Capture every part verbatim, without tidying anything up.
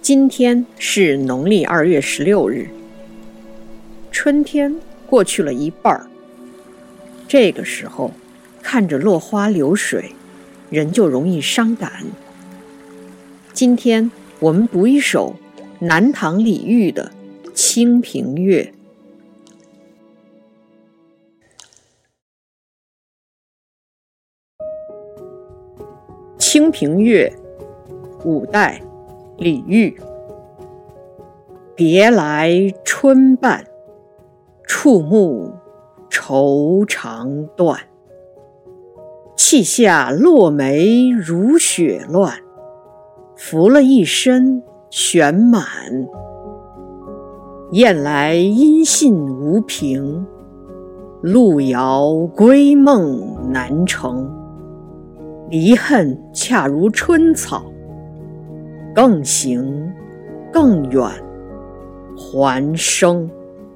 今天是农历二月十六日，春天过去了一半儿。这个时候，看着落花流水，人就容易伤感。今天我们读一首南唐李煜的《清平乐》。《清平乐》，五代，李煜。别来春半，触目愁肠断。气下落梅如雪乱，拂了一身玄满。雁来音信无凭，路遥归梦难成。离恨恰如春草，更行更远还生。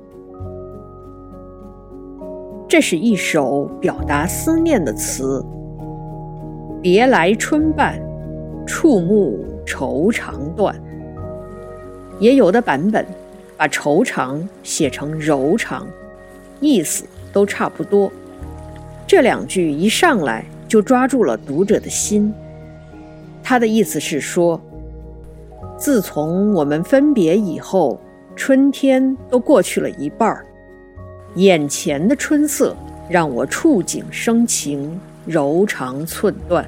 这是一首表达思念的词。别来春半，触目愁肠断。也有的版本把愁肠写成柔肠，意思都差不多。这两句一上来就抓住了读者的心。他的意思是说，自从我们分别以后，春天都过去了一半儿，眼前的春色让我触景生情，柔肠寸断。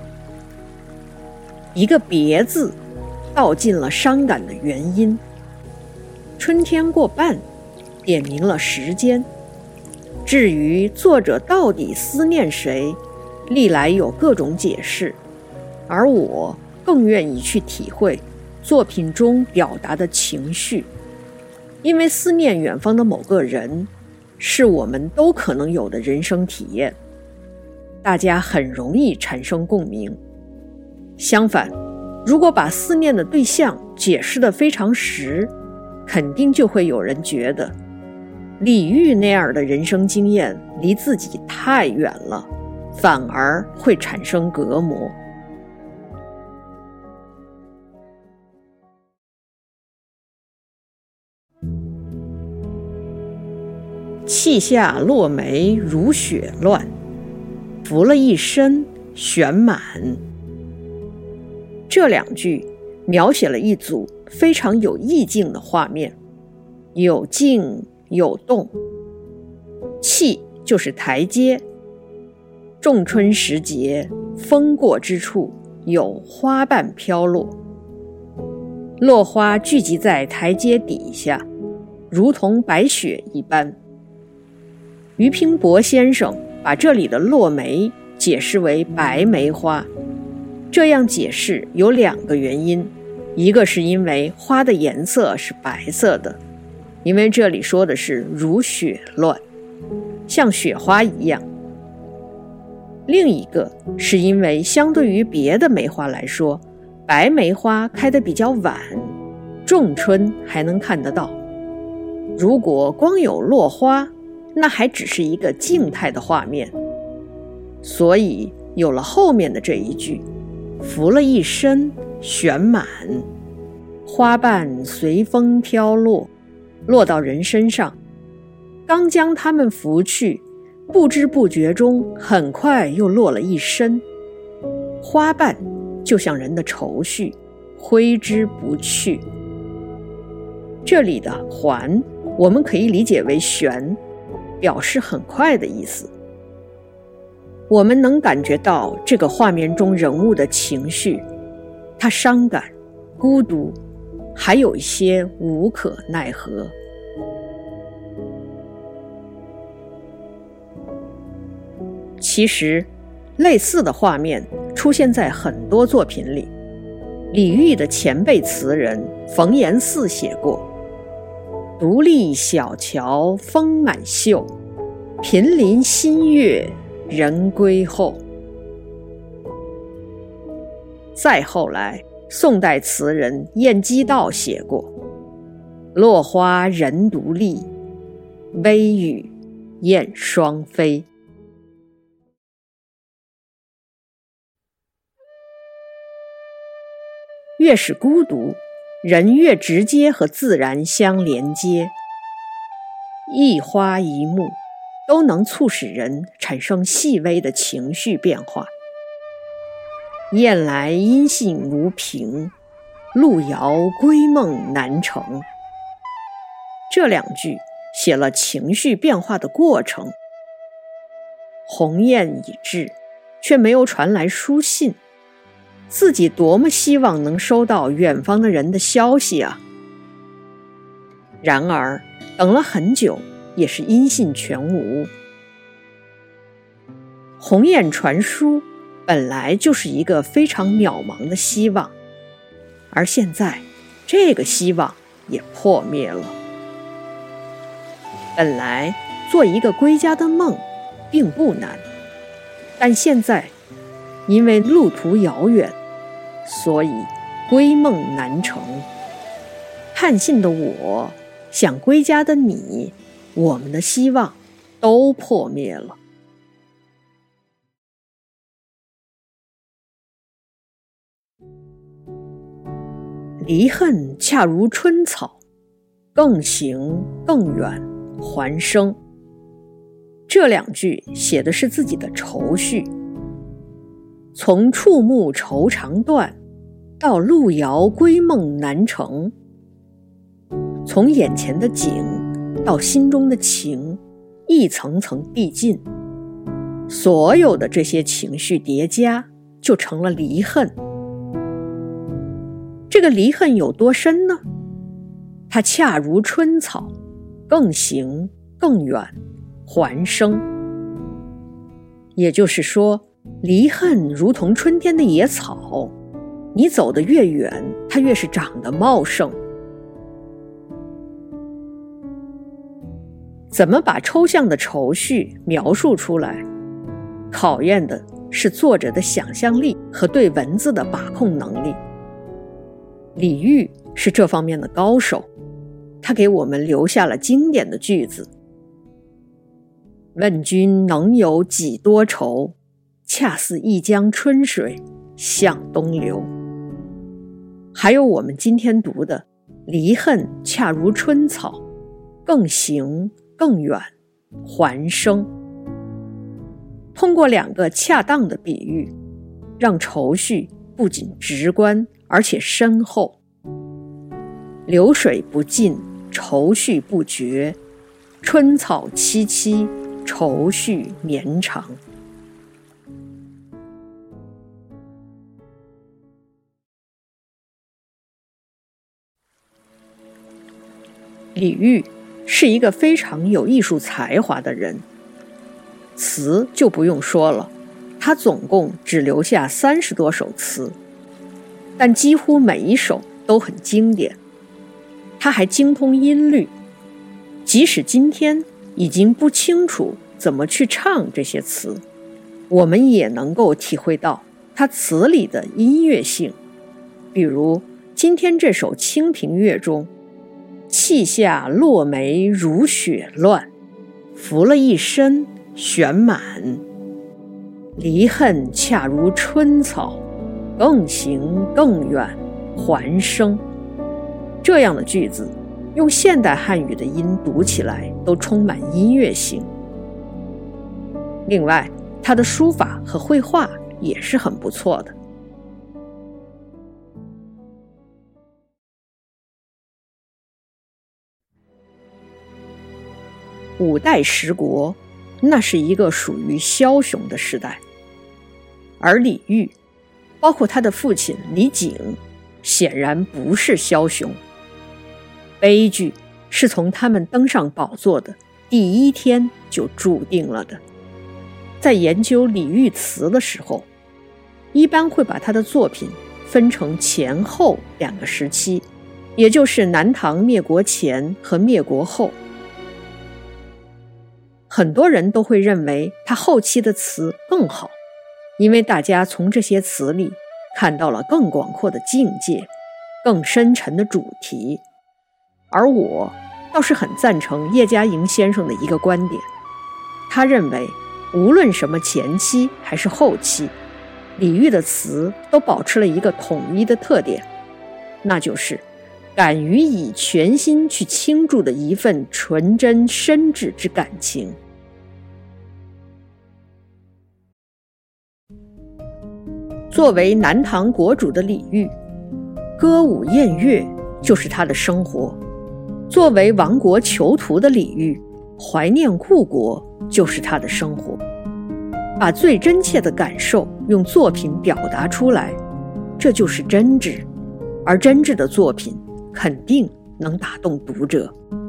一个别字道尽了伤感的原因。春天过半，点明了时间。至于作者到底思念谁，历来有各种解释，而我更愿意去体会作品中表达的情绪，因为思念远方的某个人，是我们都可能有的人生体验，大家很容易产生共鸣。相反，如果把思念的对象解释得非常实，肯定就会有人觉得李煜那样的人生经验离自己太远了，反而会产生隔膜。气下落梅如雪乱，拂了一身玄满。这两句描写了一组非常有意境的画面，有静有动。气就是台阶，仲春时节，风过之处有花瓣飘落，落花聚集在台阶底下，如同白雪一般。俞平伯先生把这里的落梅解释为白梅花，这样解释有两个原因，一个是因为花的颜色是白色的，因为这里说的是如雪乱，像雪花一样。另一个是因为相对于别的梅花来说，白梅花开得比较晚，仲春还能看得到。如果光有落花，那还只是一个静态的画面。所以有了后面的这一句，拂了一身玄满，花瓣随风飘落，落到人身上，刚将它们拂去，不知不觉中很快又落了一身。花瓣就像人的愁绪，挥之不去。这里的还我们可以理解为旋，表示很快的意思。我们能感觉到这个画面中人物的情绪，他伤感、孤独，还有一些无可奈何。其实，类似的画面出现在很多作品里。李煜的前辈词人冯延巳写过：独立小桥风满袖，频临新月人归后。再后来，宋代词人晏几道写过：落花人独立，微雨燕双飞。越是孤独， 人越直接和自然相连接，一花一木都能促使人产生细微的情绪变化。雁来音信如屏，路遥归梦难成。这两句写了情绪变化的过程。鸿雁已至，却没有传来书信，自己多么希望能收到远方的人的消息啊！然而等了很久，也是音信全无。鸿雁传书本来就是一个非常渺茫的希望，而现在这个希望也破灭了。本来做一个归家的梦并不难，但现在因为路途遥远，所以归梦难成。看信的我，想归家的你，我们的希望都破灭了。离恨恰如春草，更行更远还生。这两句写的是自己的愁绪，从触目愁肠断，到路遥归梦难成，从眼前的景到心中的情，一层层递进，所有的这些情绪叠加，就成了离恨。这个离恨有多深呢？它恰如春草，更行更远还生。也就是说，离恨如同春天的野草，你走得越远，它越是长得茂盛。怎么把抽象的愁绪描述出来，考验的是作者的想象力和对文字的把控能力。李煜是这方面的高手，他给我们留下了经典的句子：问君能有几多愁，恰似一江春水向东流。还有我们今天读的离恨恰如春草，更行更远还生。通过两个恰当的比喻，让愁绪不仅直观而且深厚。流水不尽，愁绪不绝，春草萋萋，愁绪绵长。李煜是一个非常有艺术才华的人，词就不用说了，他总共只留下三十多首词，但几乎每一首都很经典。他还精通音律，即使今天已经不清楚怎么去唱这些词，我们也能够体会到他词里的音乐性。比如今天这首《清平乐》中，气下落梅如雪乱，拂了一身旋满，离恨恰如春草，更行更远还生。这样的句子用现代汉语的音读起来都充满音乐性。另外，他的书法和绘画也是很不错的。五代十国，那是一个属于枭雄的时代，而李煜，包括他的父亲李璟，显然不是枭雄。悲剧是从他们登上宝座的第一天就注定了的。在研究李煜词的时候，一般会把他的作品分成前后两个时期，也就是南唐灭国前和灭国后。很多人都会认为他后期的词更好，因为大家从这些词里看到了更广阔的境界，更深沉的主题。而我倒是很赞成叶嘉莹先生的一个观点，他认为无论什么前期还是后期，李煜的词都保持了一个统一的特点，那就是敢于以全心去倾注的一份纯真深挚之感情。作为南唐国主的李煜，歌舞宴乐就是他的生活；作为亡国囚徒的李煜，怀念故国就是他的生活。把最真切的感受用作品表达出来，这就是真挚，而真挚的作品肯定能打动读者。